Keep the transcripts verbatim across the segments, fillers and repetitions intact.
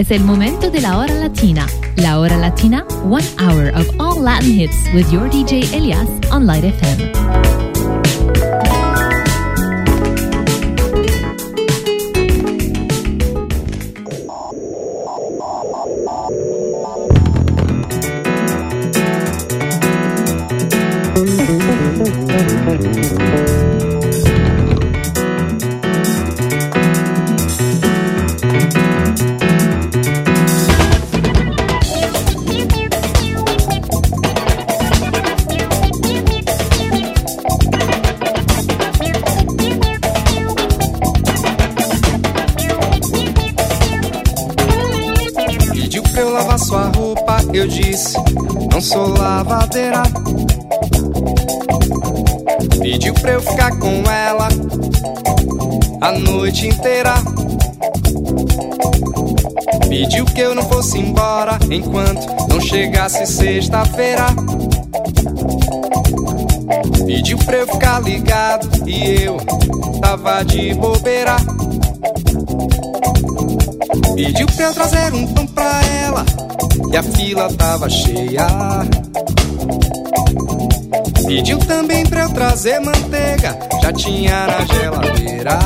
Es el momento de la hora latina. La hora latina, one hour of all Latin hits with your D J Elias on Light F M. Eu disse, não sou lavadeira. Pediu pra eu ficar com ela a noite inteira. Pediu que eu não fosse embora enquanto não chegasse sexta-feira. Pediu pra eu ficar ligado e eu tava de bobeira. Pediu pra eu trazer um pão pra ela e a fila tava cheia. Pediu também pra eu trazer manteiga, já tinha na geladeira.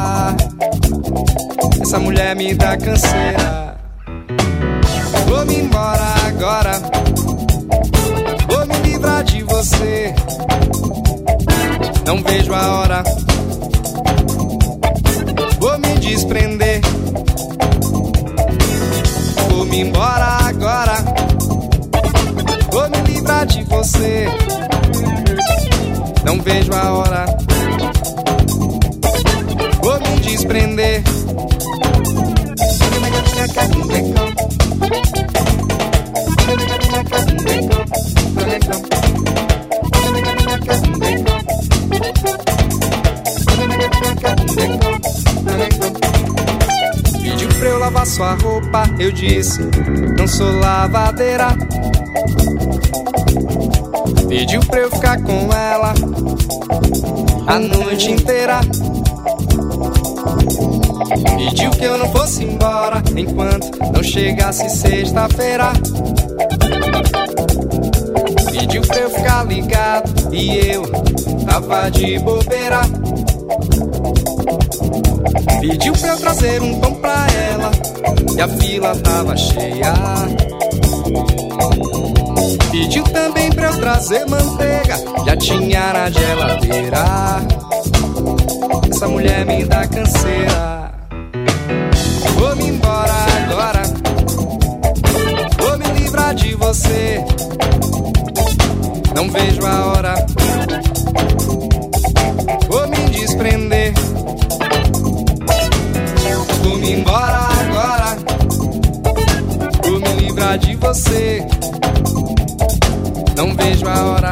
Essa mulher me dá canseira. Vou-me embora agora, vou me livrar de você. Não vejo a hora, vou me desprender. Vou-me embora agora, vou me livrar de você. Não vejo a hora, vou me desprender. Pediu pra eu lavar sua roupa, eu disse, não sou lavadeira. Pediu pra eu ficar com ela a noite inteira. Pediu que eu não fosse embora enquanto não chegasse sexta-feira. Pediu pra eu ficar ligado e eu tava de bobeira. Pediu pra eu trazer um pão pra ela e a fila tava cheia. Pediu também pra eu trazer manteiga, já tinha na geladeira. Essa mulher me dá canseira. Vou-me embora agora, vou me livrar de você. Não vejo a hora, vou me desprender. Vou-me embora agora, vou me livrar de você. Não vejo a hora,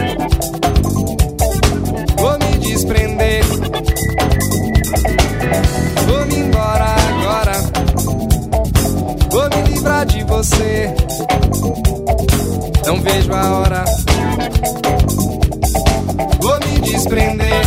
vou me desprender. Vou-me embora agora, vou me livrar de você. Não vejo a hora, vou me desprender.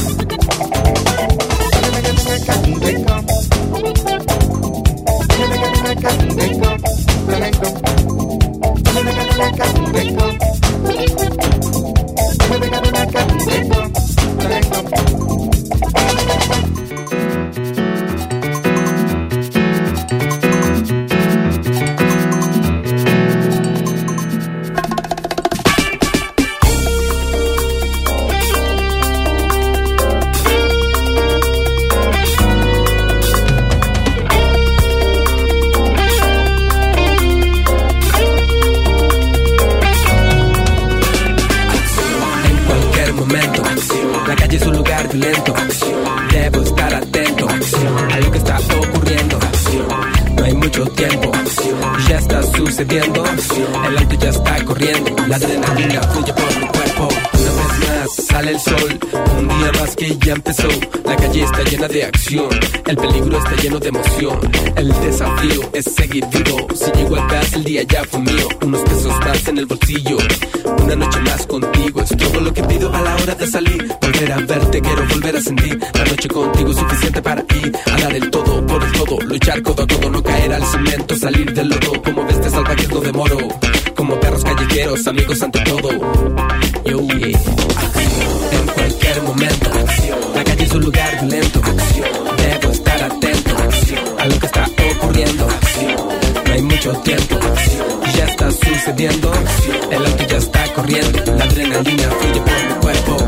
El auto ya está corriendo, la adrenalina fluye por mi cuerpo. cuerpo. Una vez más sale el sol, un día más que ya empezó. La calle está llena de acción, el peligro está lleno de emoción. El desafío es seguir vivo. Si llego a casa el día ya fue mío. Unos pesos más en el bolsillo, una noche más contigo. Es todo lo que pido a la hora de salir. Volver a verte, quiero volver a sentir. La noche contigo es suficiente para ir a dar el todo por el todo. Luchar codo a codo, no caer al cemento, salir del lodo. Como ves te salvajes no demoro. Como perros callejeros, amigos ante todo. Yo, yeah. En cualquier momento, la calle es un lugar violento. Debo estar atento a lo que está ocurriendo. No hay mucho tiempo, ya está sucediendo. El auto ya está corriendo, la adrenalina fluye por mi cuerpo.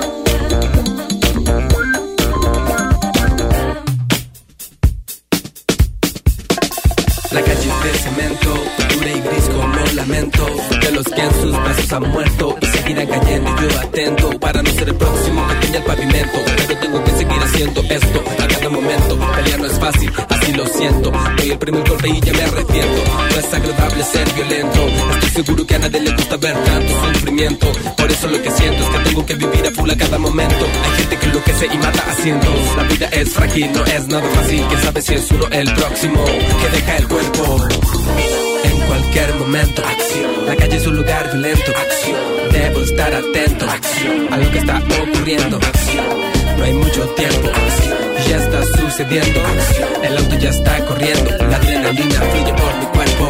La calle es de cemento, dura y gris como lamento de los que en sus brazos han muerto y seguirán cayendo. Y yo atento para no ser el próximo que tenga el pavimento, pero tengo que seguir haciendo esto a cada momento. Pelear no es fácil, así lo siento. Doy el primer golpe y ya me arrepiento. No es agradable ser violento, estoy seguro que a nadie le gusta ver tanto sufrimiento. Por eso lo que siento es que tengo que vivir a full a cada momento. Hay gente que enloquece y mata a cientos. La vida es frágil, no es nada fácil. Quién sabe si es uno el próximo que deja el cuerpo. En cualquier momento, acción. La calle es un lugar violento, acción. Debo estar atento, acción, a lo que está ocurriendo, acción. No hay mucho tiempo, acción. Ya está sucediendo, acción. El auto ya está corriendo, la adrenalina fluye por mi cuerpo.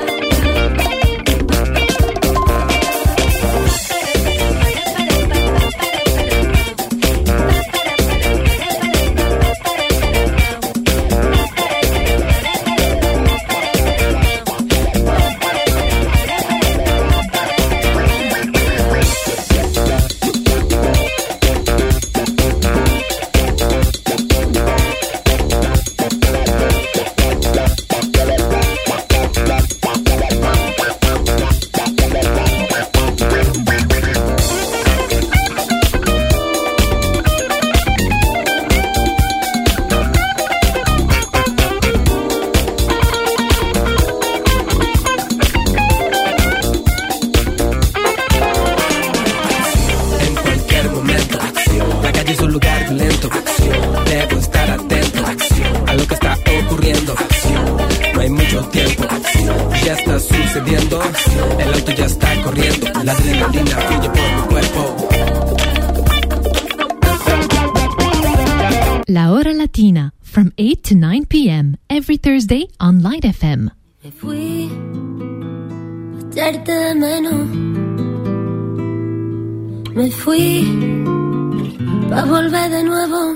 La Hora Latina, from eight to nine p.m. every Thursday on Light F M. Me fui a echarte de menos. Me fui pa' volver de nuevo.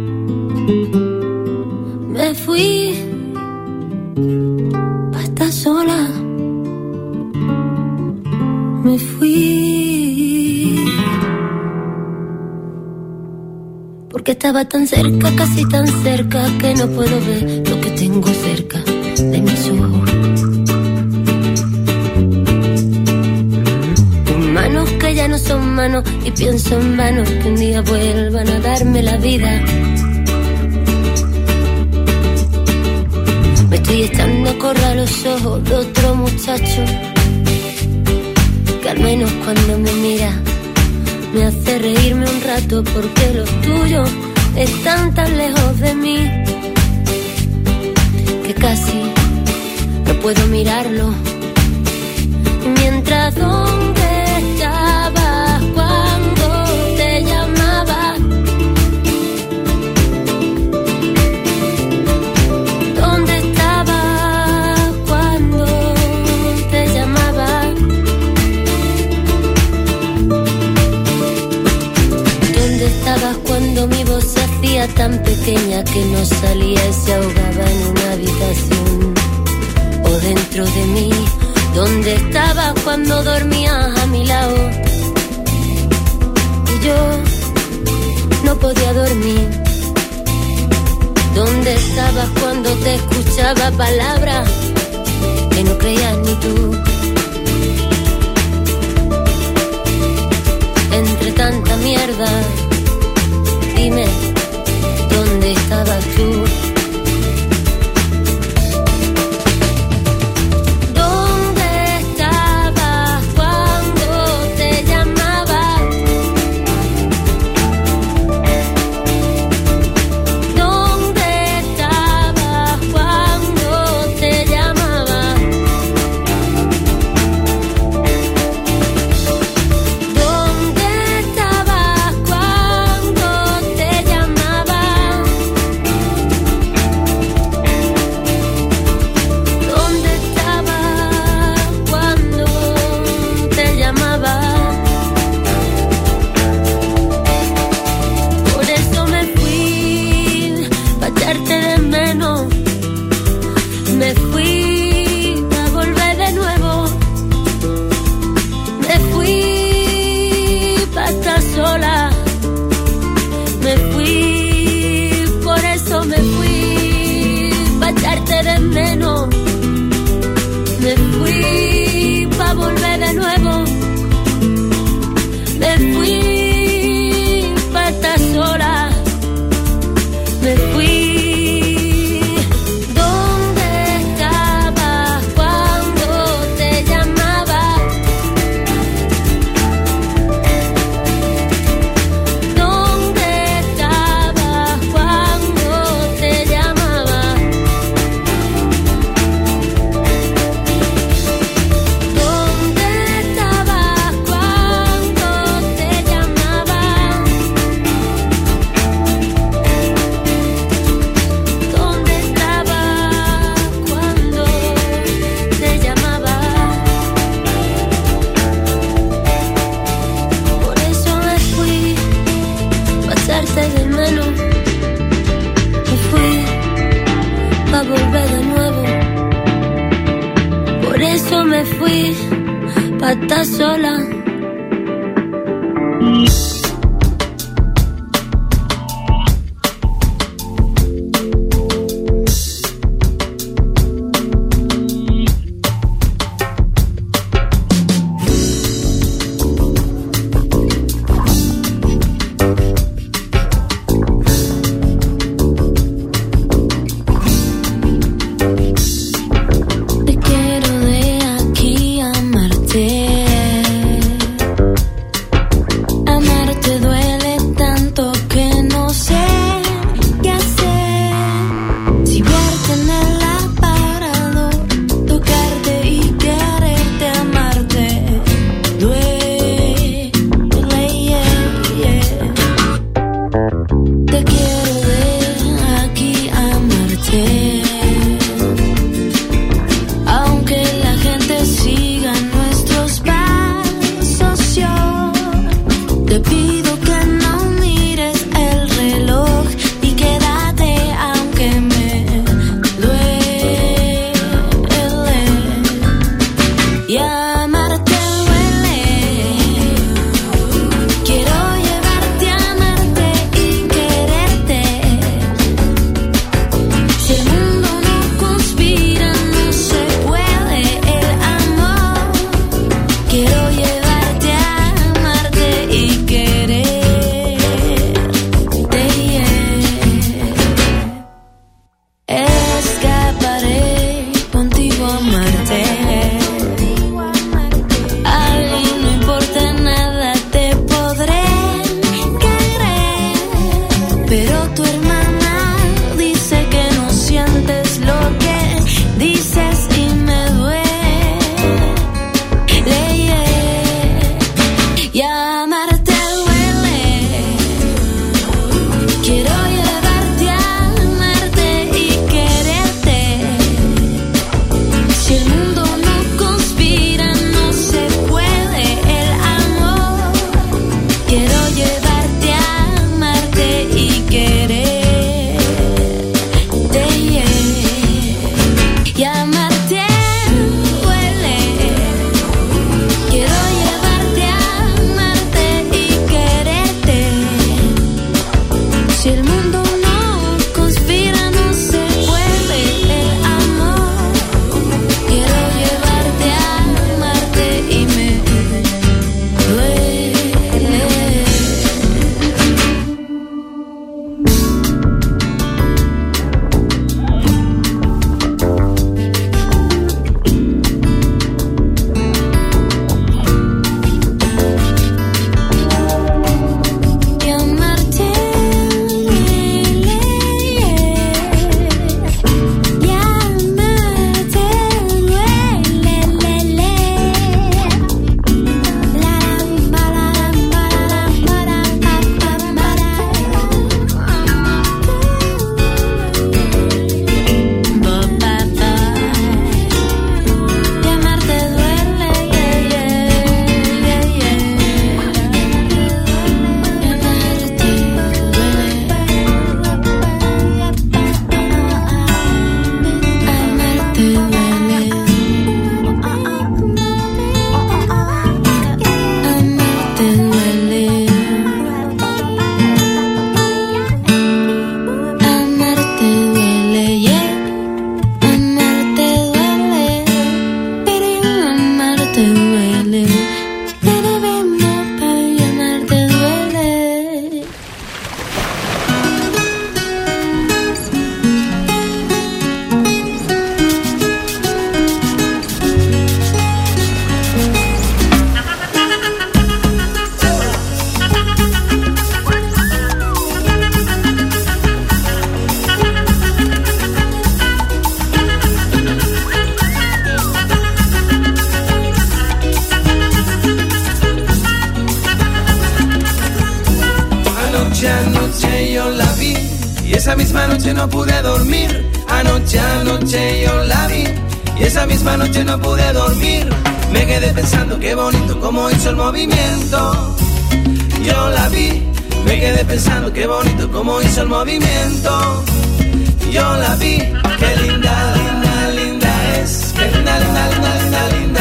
Me fui pa' estar sola. Me fui porque estaba tan cerca, casi tan cerca, que no puedo ver lo que tengo cerca de mis ojos. Manos que ya no son manos y pienso en vano que un día vuelvan a darme la vida. Me estoy echando a correr los ojos de otro muchacho que al menos cuando me mira me hace reírme un rato, porque los tuyos están tan lejos de mí que casi no puedo mirarlo. Y mientras donde estabas cuando te llamaba, ¿dónde estabas cuando te llamaba? ¿Dónde estabas cuando mi voz se hacía tan pequeña que no salía y se ahogaba en una habitación o dentro de mí? ¿Dónde estabas cuando dormías a mi lado y yo no podía dormir? ¿Dónde estabas cuando te escuchaba palabras que no creías ni tú? Entre tanta mierda, dime, ¿dónde estabas tú? ¿Dónde estabas cuando te llamaba? eso me fui pa' estar sola. esa misma noche no pude dormir. Anoche, anoche yo la vi y esa misma noche no pude dormir. Me quedé pensando qué bonito como hizo el movimiento. Yo la vi, me quedé pensando qué bonito como hizo el movimiento. Yo la vi, qué linda, linda, linda es. Qué linda, linda, linda, linda, linda.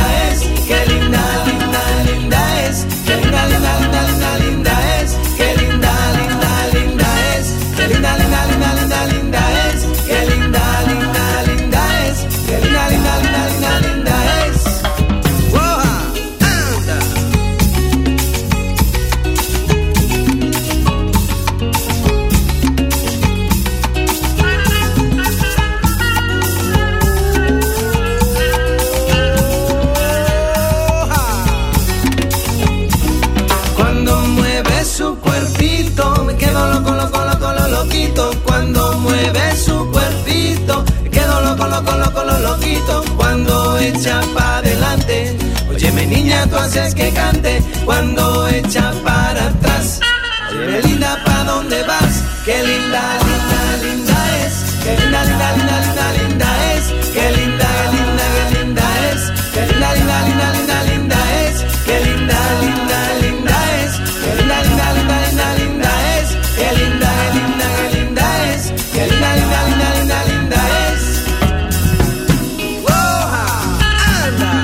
loco, loco, lo loquito cuando echa pa' adelante. Óyeme niña, tú haces que cante cuando echa para atrás. Óyeme linda, ¿pa' dónde vas? Qué linda, linda, linda es. Qué linda, linda, linda, linda, linda es. Qué linda, linda, qué linda es. Qué linda, linda, linda, linda, linda es. Qué linda, linda, linda es. Qué linda, linda, linda, linda, linda es. Qué linda, linda, qué linda es. Qué linda, linda, linda, linda, linda es. ¡Woja! ¡Anda!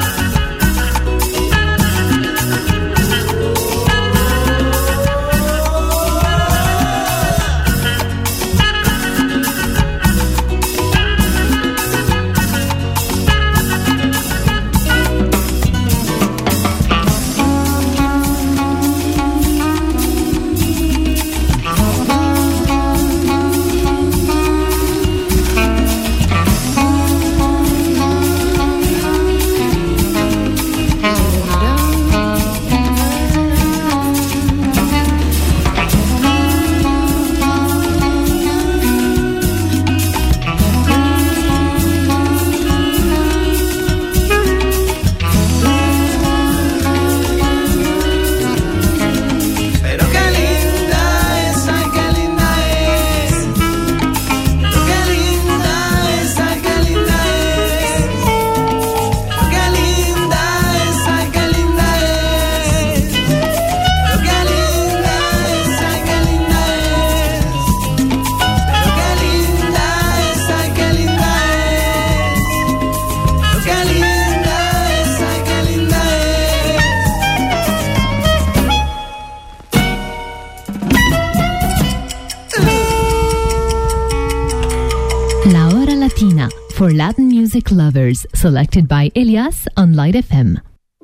For Latin music lovers, selected by Elias on Light F M.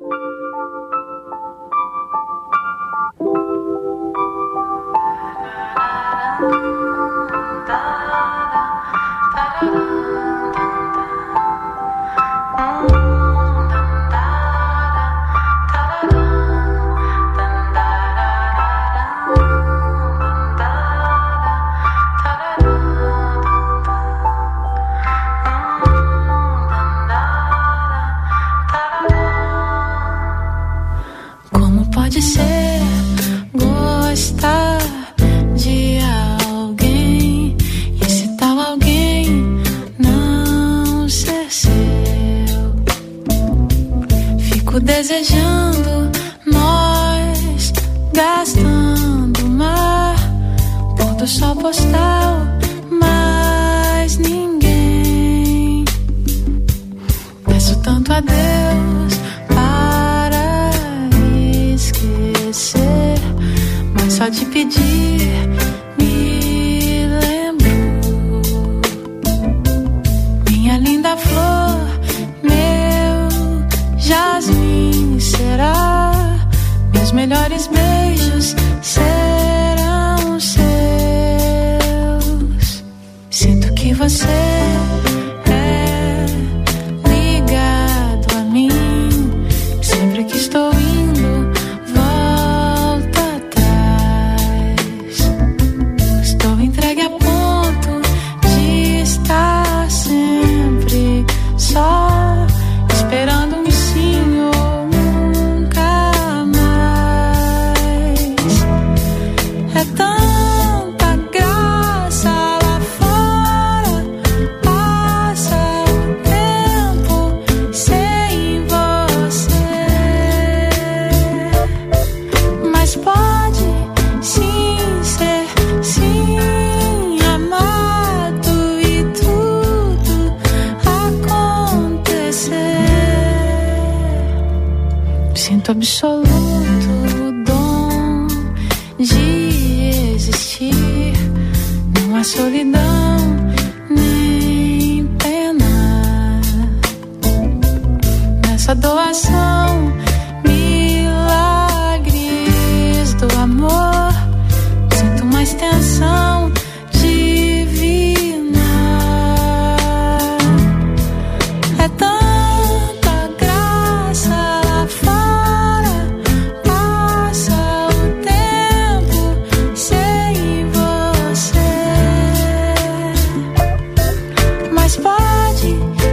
Desejando nós, gastando mar, pôr do sol postal, mas ninguém. Peço tanto a Deus para esquecer, mas só de pedir me lembro. Minha linda flor, jasmim será, meus melhores beijos serão seus. Sinto que você é ligado a mim, sempre que estou indo, volta atrás. Estou entregue a ponto de estar sempre só, esperando um absoluto dom de existir. Não há solidão nem pena nessa doação, milagres do amor. Sinto uma extensão divina. É tanta graça lá fora. Pode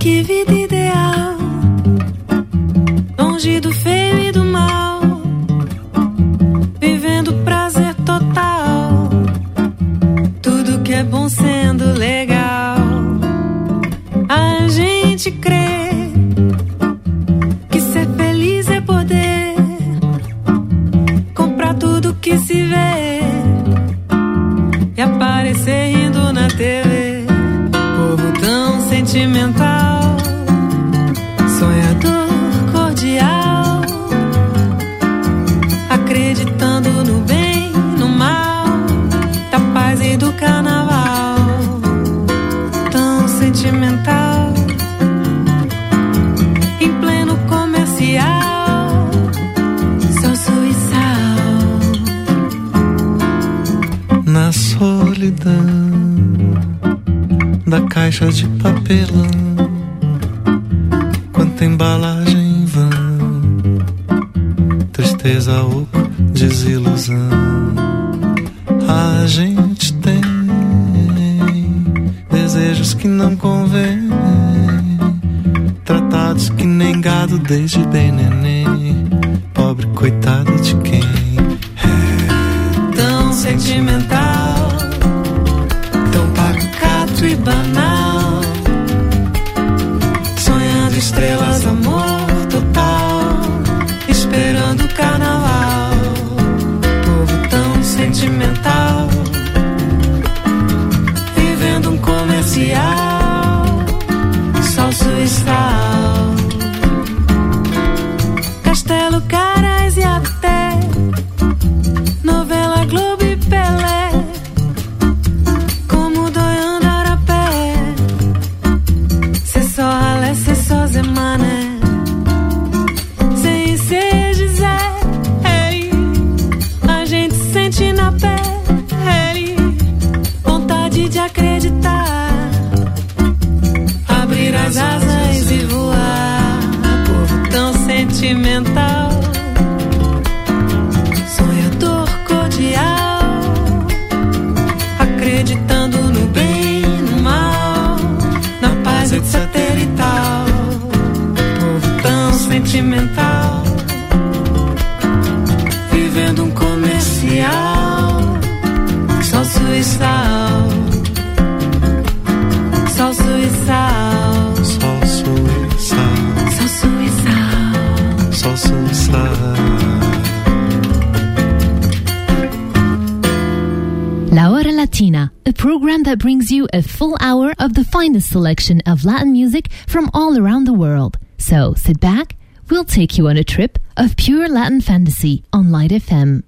que vida ideal, longe do feio e do mal, vivendo prazer total, tudo que é bom sendo legal. A gente crê que ser feliz é poder comprar tudo que se vê e aparecer rindo na T V. Povo tão sentimental, sonhador cordial, acreditando no bem, no mal, da paz e do carnaval. Tão sentimental, em pleno comercial, sou suiçal. Na solidão da caixa de papelão, quanta embalagem em vão, tristeza, oco, desilusão. A gente tem desejos que não convém, tratados que nem gado desde bem neném, pobre coitada de quem é tão sentimental, tão pacato e banal, sonhando estrelas, amor total, esperando o carnaval. Povo tão sentimental, vivendo um comercial, sol suiçal, Castelo, Caras e até novela Globo e Pelé, como doiando a pé, cê só ralé, cê só Zé Mané, sem ser Gisé, hey, a gente sente na pele, hey, vontade de acreditar, abrir as asas e voar. Povo tão sentimental, sonhador cordial, acreditando no bem, no mal, na paz, etc e tal. Povo tão sentimental, vivendo um comercial, só suiçal, só suiçal, só suiçal, só suiçal, só suiçal. La Hora Latina, a program that brings you a full hour of the finest selection of Latin music from all around the world. So sit back, we'll take you on a trip of pure Latin fantasy on Light F M.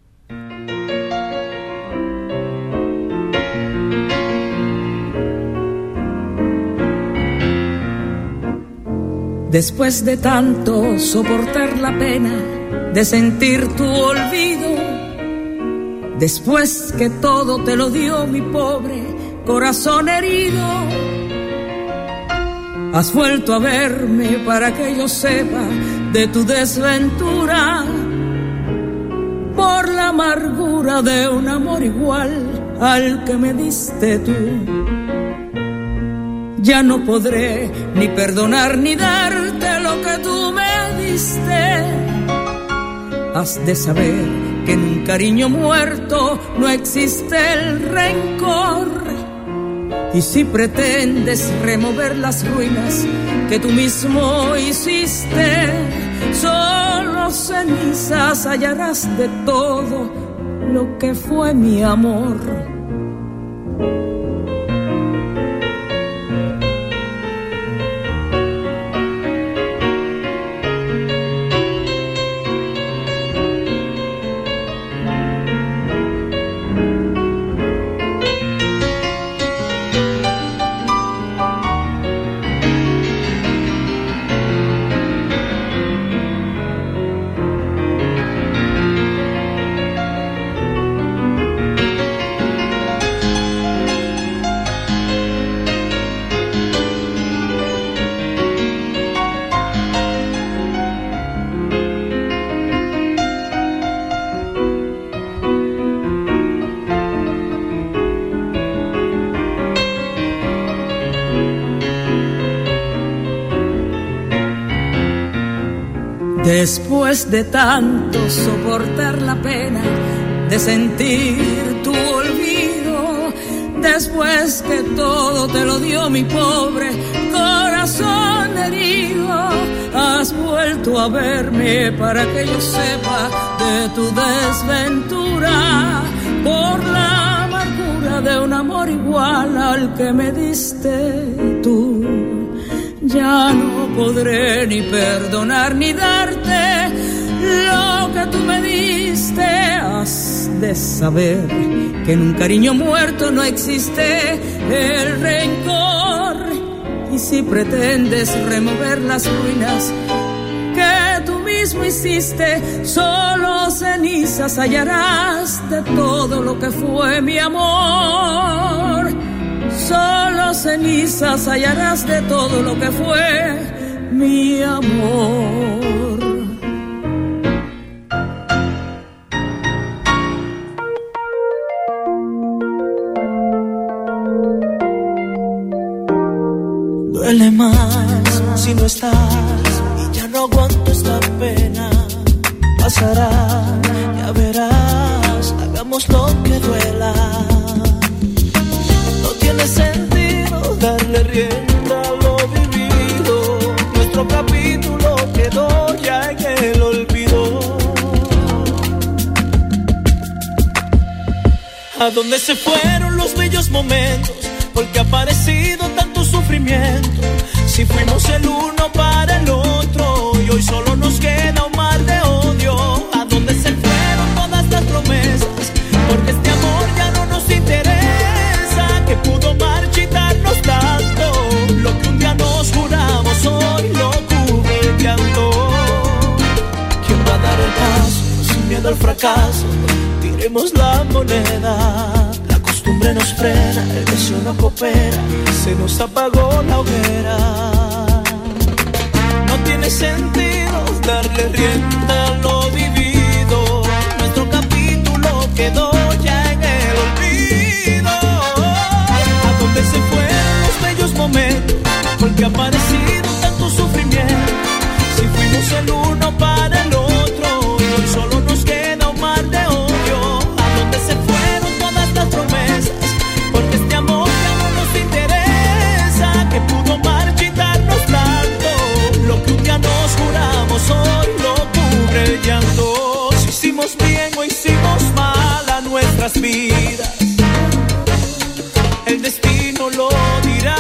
Después de tanto soportar la pena de sentir tu olvido, después que todo te lo dio mi pobre corazón herido, has vuelto a verme para que yo sepa de tu desventura, por la amargura de un amor igual al que me diste tú. Ya no podré ni perdonar ni darte lo que tú me diste. Has de saber que en un cariño muerto no existe el rencor. Y si pretendes remover las ruinas que tú mismo hiciste, solo cenizas hallarás de todo lo que fue mi amor. Después de tanto soportar la pena de sentir tu olvido, después que todo te lo dio mi pobre corazón herido, has vuelto a verme para que yo sepa de tu desventura, por la amargura de un amor igual al que me diste tú. Ya no podré ni perdonar ni darte lo que tú me diste. Has de saber que en un cariño muerto no existe el rencor. Y si pretendes remover las ruinas que tú mismo hiciste, solo cenizas hallarás de todo lo que fue mi amor. Solo cenizas hallarás de todo lo que fue mi amor. Duele más si no estás y ya no aguanto esta pena. Pasará, ya verás, hagamos lo que duela. No tiene sentido darle rienda a lo vivido. Nuestro capítulo quedó ya en el olvido. ¿A dónde se fueron los bellos momentos? Porque ha aparecido tanto sufrimiento. Si fuimos el uno para el otro y hoy solo nos queda un mar de odio. ¿A dónde se fueron todas las promesas? Porque este amor ya no nos interesa, que pudo marchitarnos tanto. Lo que un día nos juramos hoy lo cubre el llanto. ¿Quién va a dar el paso sin miedo al fracaso? Tiremos la moneda. Nos frena, el deseo no coopera, se nos apagó la hoguera. No tiene sentido darle rienda a lo vivido. Nuestro capítulo quedó ya en el olvido. ¿A dónde se fueron los bellos momentos? Porque ha aparecido tanto sufrimiento. Si fuimos el uno para el otro y hoy solo nos queda un mar de odio. ¿A dónde se fueron todas las promesas? Porque este amor ya no nos interesa, que pudo marchitarnos tanto. Lo que un día nos juramos hoy lo cubre el llanto. Si hicimos bien o hicimos mal a nuestras vidas, el destino lo dirá.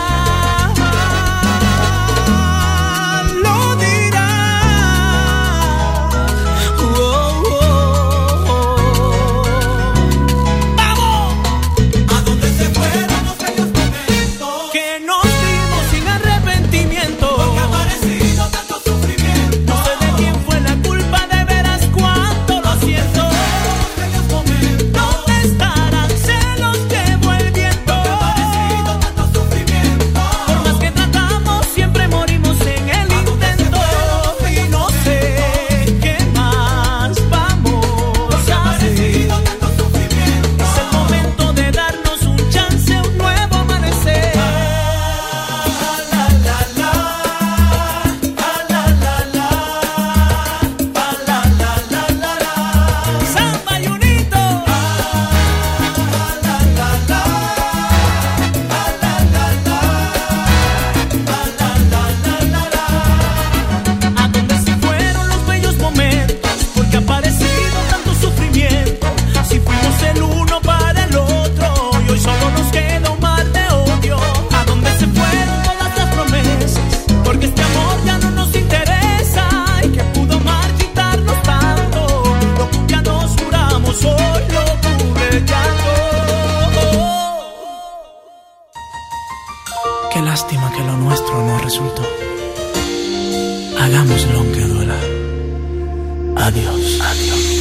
Hagámoslo aunque duela. Adiós, adiós.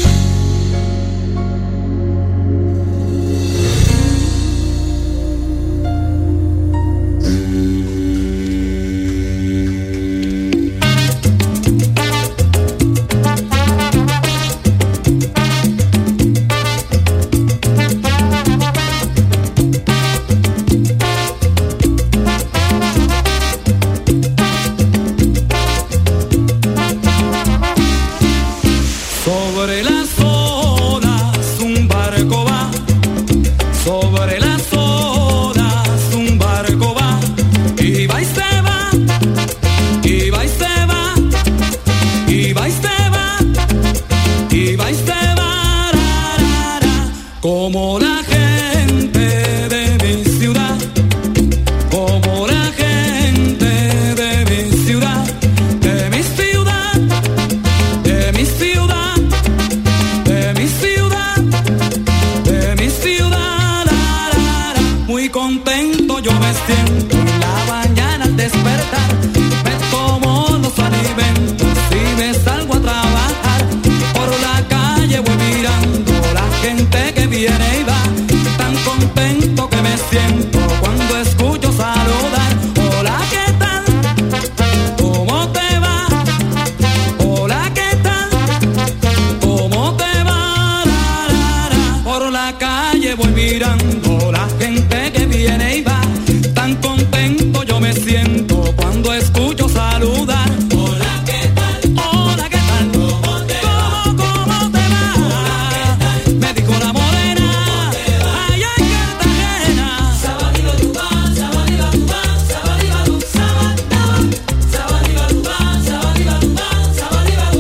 siento en la mañana al despertar. Ves como los alimentos si me salgo a trabajar. Por la calle voy mirando la gente que viene y va. Tan contento que me siento cuando escucho saludar. Hola, ¿qué tal? ¿Cómo te va? Hola, ¿qué tal? ¿Cómo te va? La, la, la. Por la calle voy mirando la gente que viene y va. Tan contento yo me siento cuando escucho saludar. Hola, ¿qué tal? Hola, ¿qué tal? ¿Cómo te va? ¿Cómo, cómo te va? Hola, ¿qué tal? Me dijo la morena. ¿Cómo te va? Allá en Cartagena. Sabadiba Dubá, Sabadiba Dubá, Sabadiba Dubá, Sabadiba Dubá, Sabadiba Dubá, Sabadiba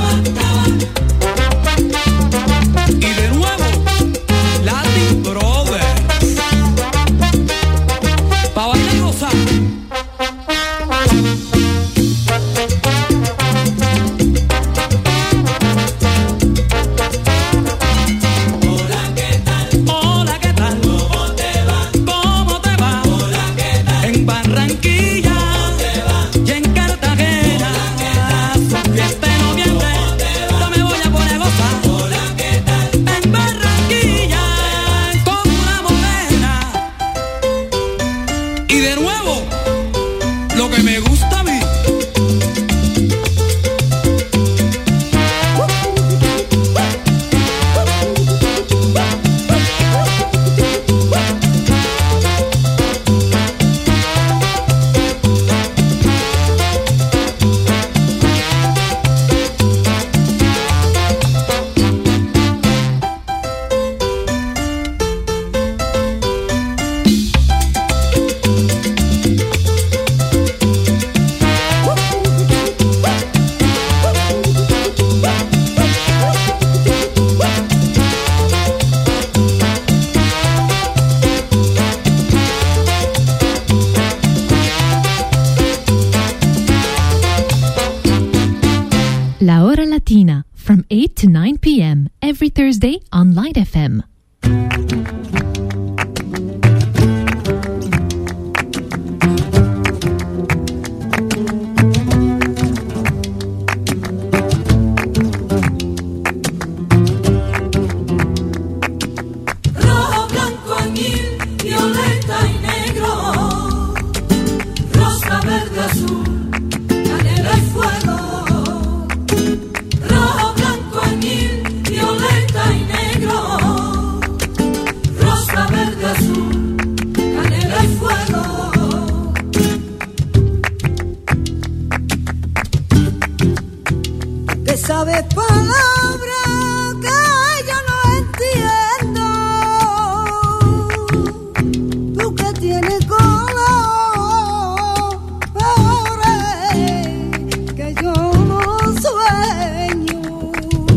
Dubá. Y de nuevo, Latin Brothers. Pa' bailar y gozar. Hola, ¿qué tal? Hola, ¿qué tal? ¿Cómo te va? ¿Cómo te va? Hola, ¿qué tal? En Barranquilla. ¿Cómo te va? Y en Cartagena. Hola, ¿qué tal? Y este noviembre. ¿Cómo te va? Yo me voy a poner a gozar. Hola, ¿qué tal? En Barranquilla. Con una morena. Y de nuevo, lo que me gusta a mí. La Hora Latina, from eight to nine p.m. every Thursday on Light F M. Rojo, blanco, añil, violeta y negro, rosa, verde, azul, canela y fuego. Rojo, blanco, añil, violeta y negro, rosa, verde, azul, canela y fuego. Te sabes palabras que yo no entiendo. Tú que tienes colores que yo no sueño.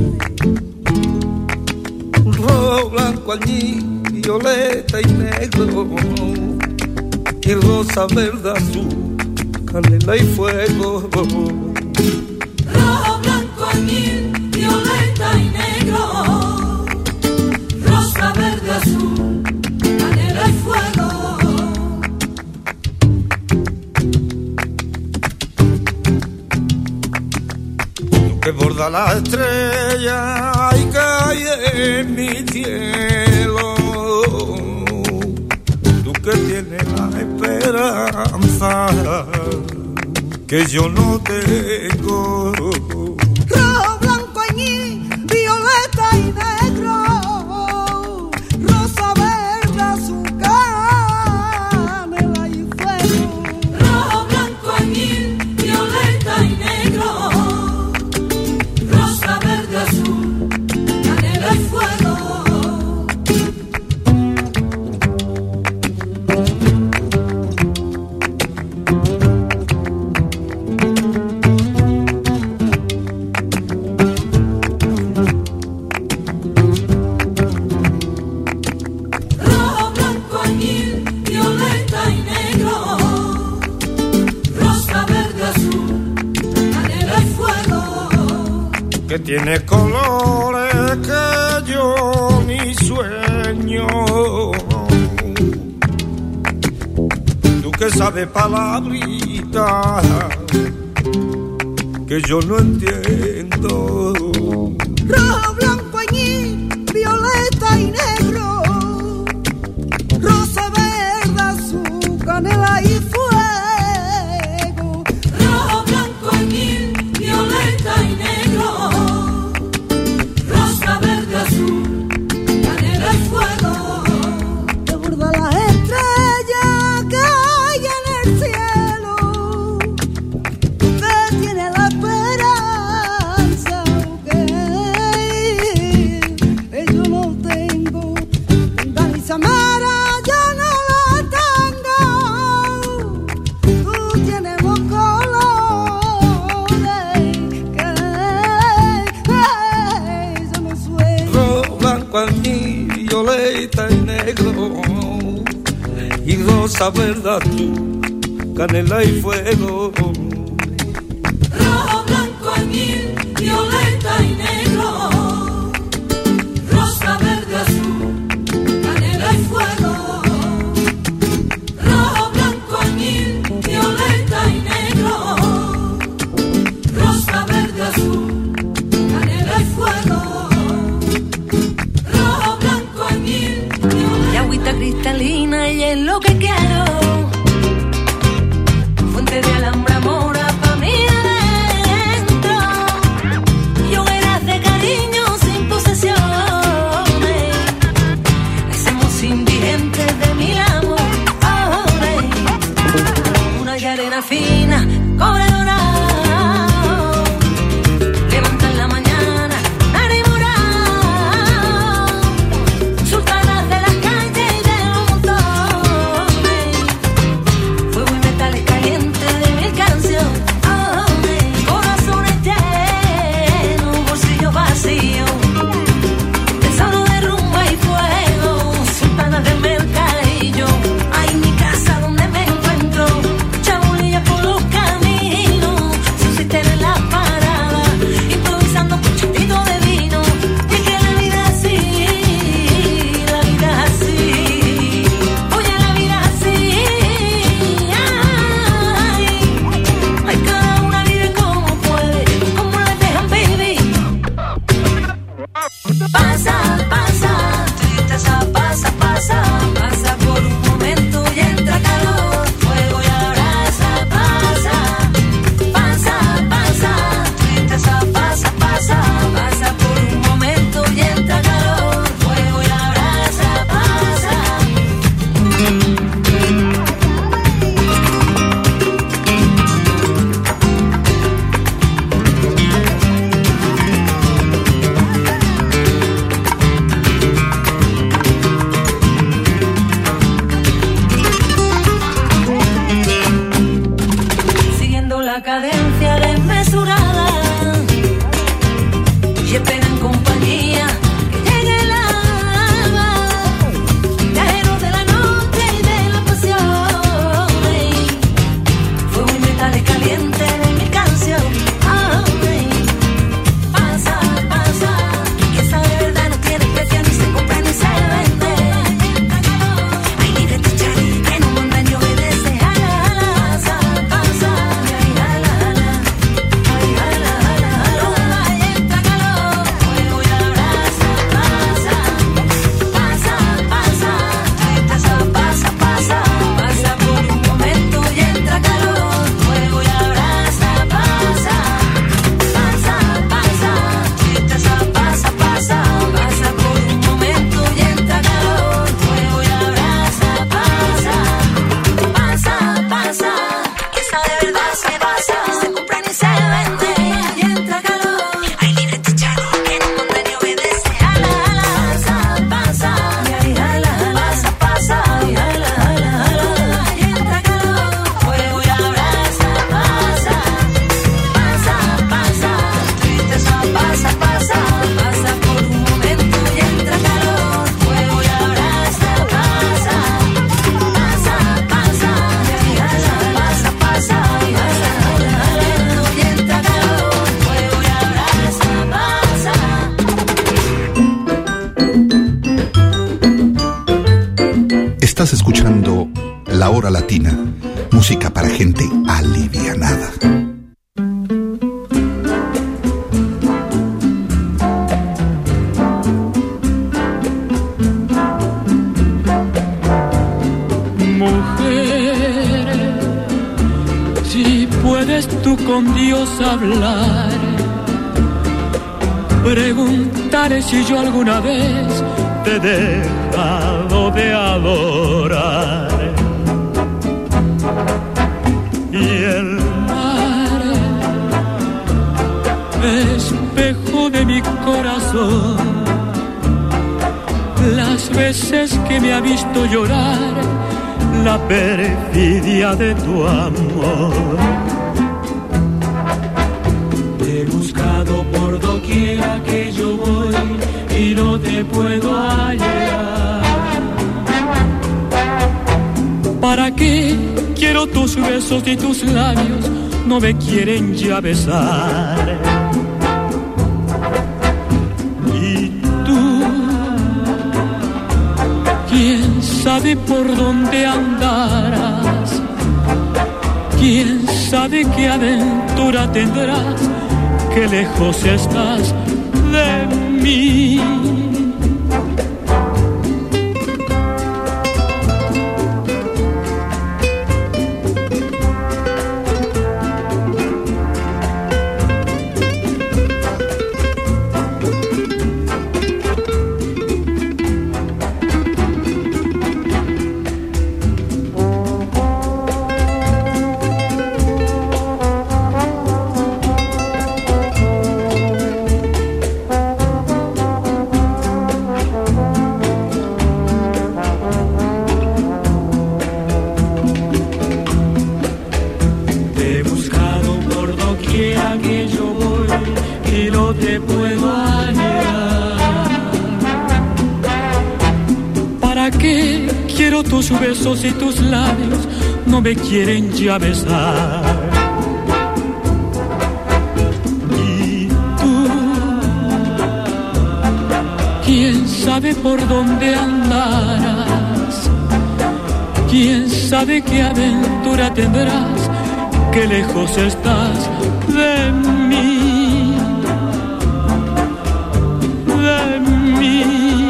Rojo, blanco, añil, violeta y negro, y rosa, verde, azul, canela y fuego. Rojo, blanco, añil, violeta y negro, rosa, verde, azul, canela y fuego. Tú que borda la estrella y cae en mi cielo, tú que tienes la esperanza que yo no tengo. Rojo, blanco, añil, violeta y negro, rosa, verde, azul, canela y fuego. Rojo, blanco, añil, violeta y negro, rosa, verde, azul, canela y fuego. que tiene colores que yo ni sueño. Tú que sabe palabrita que yo no entiendo. Rojo, blanco, añil, violeta y negro, rosa, verde, azul, canela y fuego. Rojo, blanco, añil, violeta y negro, rosa, verde, azul, canela y fuego. De borda las estrellas que hay en el cielo, que tiene la esperanza que yo no tengo. Dani Samara, yo no la tengo. Tú tienes los colores que yo no sueño. Rojo, blanco, añil, violeta y negro, y rosa, verde, azul, canela y fuego. Rojo, blanco, añil, violeta y negro, rosa, verde, azul, canela y fuego. Rojo, blanco, añil, violeta y negro, rosa, verde, azul, canela y fuego. Rojo, blanco, añil, Y agüita cristalina y es lo que quiero. Fuente de alhambra mora pa' mí adentro. Y hogueras de cariño sin posesiones. Hacemos indigentes de mil amores. Una y arena fina, cobre dorado. Levanta en la mañana, enamorado. Sultanas de las calles y de los montones. Fuego y metales calientes de mil canciones. Corazones llenos, bolsillos vacíos. Tesoro de rumba y fuego. Sultanas del mercadillo. Ay, mi casa donde me encuentro. Chabulilla por los caminos. Subsisten en la parada. Improvisando con chupito de vino. Y es que la vida es así. La vida es así. Oye, la vida es así. Ay, ay, cada una vive como puede. Como les dejan vivir. Pasa, pasa, tristeza pasa, pasa, pasa por un momento y entra calor, fuego y abraza, pasa, pasa, pasa, tristeza pasa, pasa, pasa por un momento y entra calor, fuego y abraza, pasa. Siguiendo la cadencia desmesurada y espera en compañía que llegue el alba, viajeros de la noche y de la pasión, fuego y metales calientes de mi canción. Ay, pasa, pasa, que esa de verdad no tiene precio, ni se compra ni se vende. Hay libre tu chari que no manda ni obedece. Jala, jala, pasa, ay, jala, jala, ay, jala, jala, jala. Ay, entra calor, fuego y abraza, pasa, pasa, pasa, tristeza pasa, pasa, pasa por un momento y entra calor, fuego y abraza, pasa, pasa, pasa, tristeza pasa, pasa, pasa por un momento y entra calor, fuego y abraza, pasa, pasa, pasa, esa de verdad se pasa, se compra ni se vende y entra calor. Hay libre tu charo que no manda ni obedece. Jala, jala, pasa, pasa, ay, jala, jala, pasa, pasa, ay, jala, jala, jala. Y entra calor, fuego y abraza, pasa, pasa, pasa, tristeza pasa, pasa, pasa por un momento y entra calor, fuego y abraza, pasa, pasa, pasa, ay, jala, pasa, pasa, ay, jala, jala, jala. Y entra calor, fuego y abraza, pasa. Estás escuchando La Hora Latina, música para gente alivianada. Mujer, si puedes tú con Dios hablar, preguntaré si yo alguna vez te he dejado de adorar. Y el mar, espejo de mi corazón, las veces que me ha visto llorar la perfidia de tu amor. Te he buscado por doquiera que yo voy y no te puedo hallar. ¿Para qué quiero tus besos y tus labios no me quieren ya besar? Y tú, ¿quién sabe por dónde andarás? ¿Quién sabe qué aventura tendrás? Qué lejos estás de mí. Tus besos y tus labios no me quieren ya besar. Y tú, ¿quién sabe por dónde andarás? ¿Quién sabe qué aventura tendrás? Qué lejos estás de mí, de mí.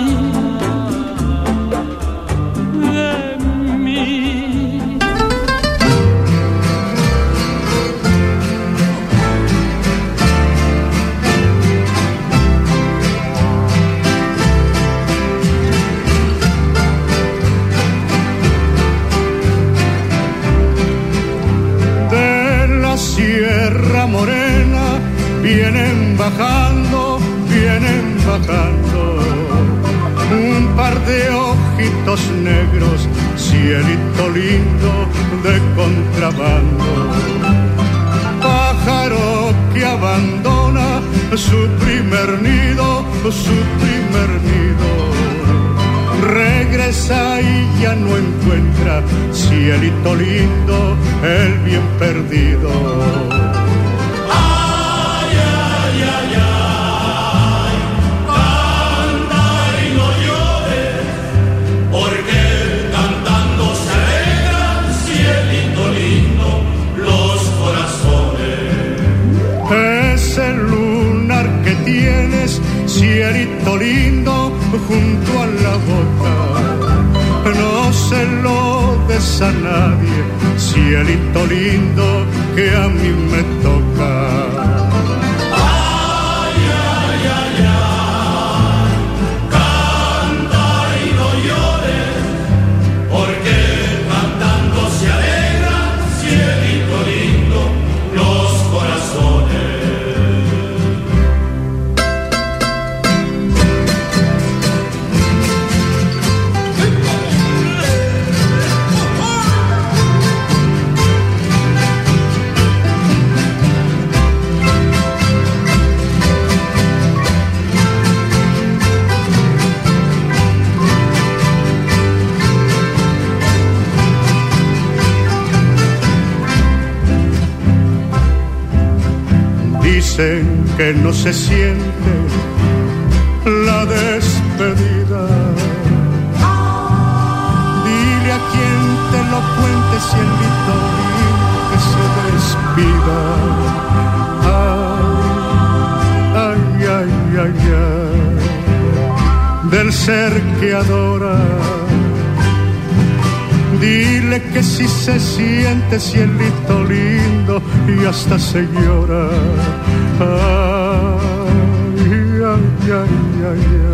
Morena, vienen bajando, vienen bajando un par de ojitos negros, cielito lindo de contrabando. Pájaro que abandona su primer nido, su primer nido, regresa y ya no encuentra, cielito lindo, el bien perdido. Cielito lindo junto a la boca, no se lo des a nadie, cielito lindo que a mí me toca. Ay, ay, ay, ay, canta y no llores, porque cantando se alegra, cielito lindo, los corazones. Dicen que no se siente la despedida. Dile a quien te lo cuente, cielito lindo, que se despida. Ay, ay, ay, ay, ay, del ser que adora. Dile que si se siente, cielito lindo, y hasta se llora. Ay, ay, ay, ay, ay.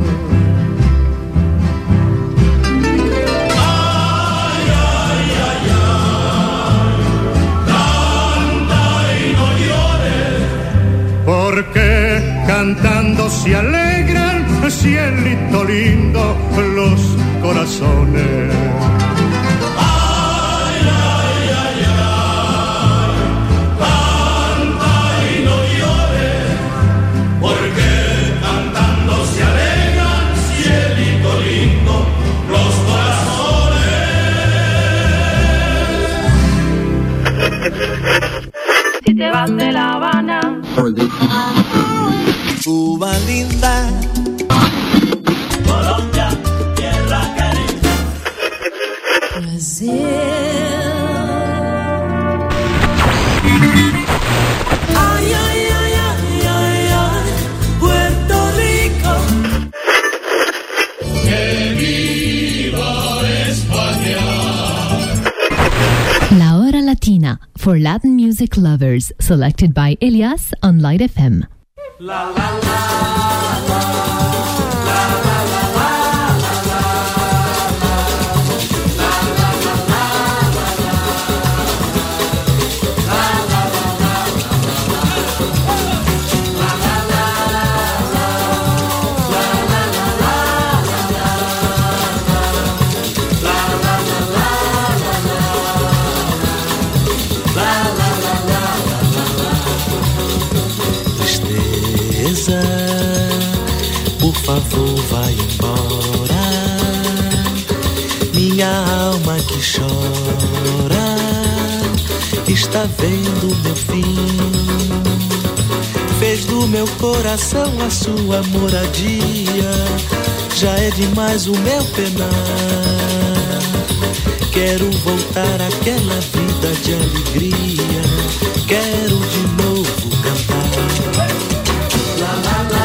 Porque cantando se alegran, cielito lindo, los corazones. Ay, ay, ay, ay, canta y no llores, porque cantando se alegran, cielito lindo, los corazones. Si te vas de La Habana, Cuba linda, Colombia, tierra caliente, Brasil. Ay, ay, ay, ay, ay, ay, Puerto Rico. Que viva España. La Hora Latina, for Latin music lovers, selected by Elias on Light F M. La la la. Por favor, vai embora. Minha alma que chora está vendo meu fim. Fez do meu coração a sua moradia. Já é demais o meu penar. Quero voltar àquela vida de alegria. Quero de novo cantar. La la la.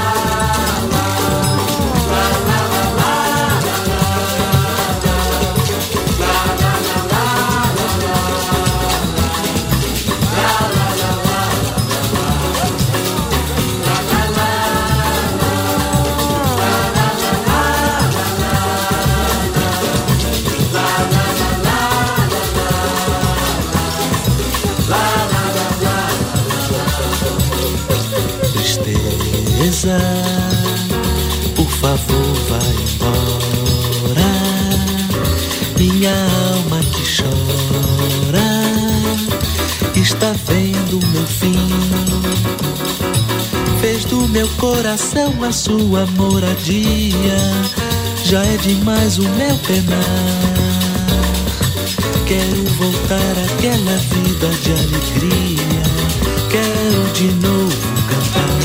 Por favor, vai embora. Minha alma que chora está vendo meu fim. Fez do meu coração a sua moradia. Já é demais o meu penar. Quero voltar àquela vida de alegria. Quero de novo cantar.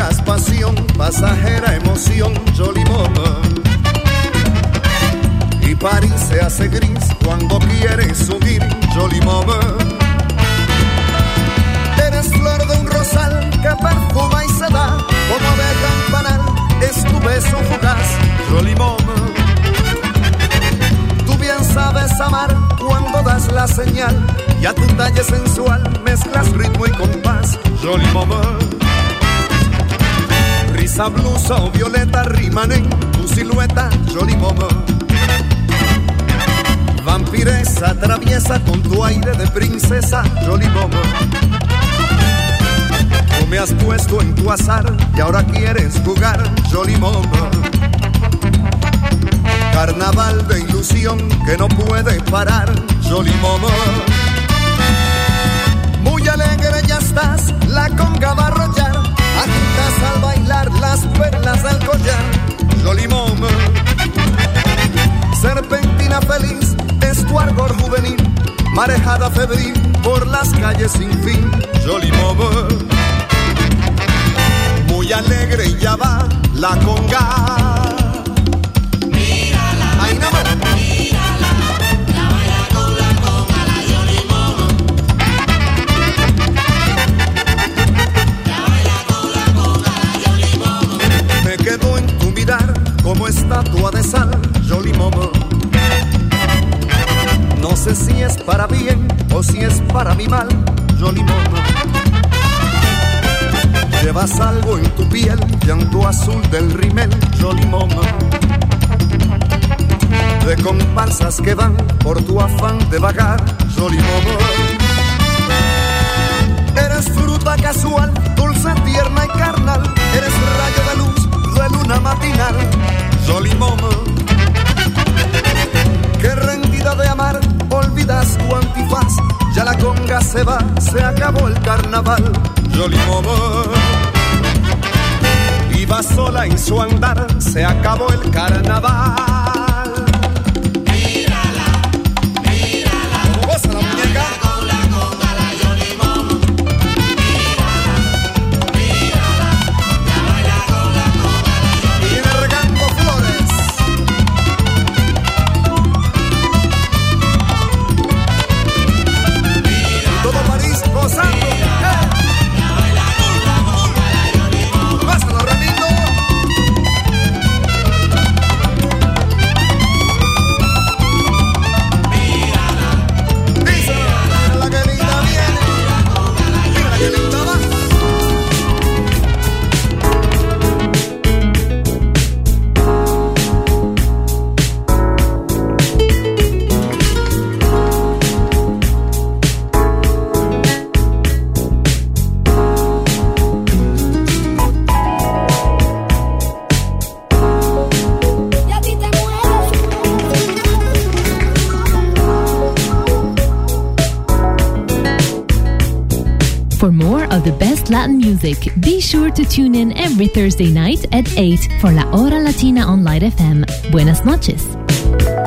Pasajera emoción, Jolly Mama, y y París se hace gris cuando quieres subir, Jolly Moment. Eres flor de un rosal que perfuma y se da como abeja en panal, es tu beso fugaz, Jolly Moment. Tú bien sabes amar cuando das la señal y a tu talle sensual mezclas ritmo y compás, Jolly Moment. Risa, blusa o violeta riman en tu silueta, Jolly Moment. Vampiresa traviesa con tu aire de princesa, Jolly Moment. Tú me has puesto en tu azar y ahora quieres jugar, Jolly Moment. Carnaval de ilusión que no puede parar, Jolly Moment. Muy alegre ya estás, la conga va a arrollar, agitas al bailar las perlas del collar, Jolly Moment. Serpentina feliz es tu ardor juvenil, marejada febril por las calles sin fin, Jolly Moment. Muy alegre y ya va la conga. Mírala, ahí no más. Mírala, la baila con la conga, la Jolly Moment. La baila con la conga, la Jolly Moment. Me quedo en tu mirar como estatua de sal, Jolly Moment. No sé si es para bien o si es para mi mal, Jolly Moment. Llevas algo en tu piel, llanto azul del rimel, Jolly Moment. De comparsas que van por tu afán de vagar, Jolly Moment. Eres fruta casual, dulce, tierna y carnal. Eres rayo de luz de luna matinal, Jolly Moment. Que rendida de amar, olvidas tu antifaz. Ya la conga se va, se acabó el carnaval, Jolly Moment. Iba sola en su andar, se acabó el carnaval. Mírala, mírala. ¿Cómo goza la muñeca? Con la conga, la Jolly Moment. Mírala, mírala. Ya baila con la conga, la Jolly Moment. Viene regando flores. Mírala, y todo París gozando. For more of the best Latin music, be sure to tune in every Thursday night at eight for La Hora Latina on Light F M. Buenas noches.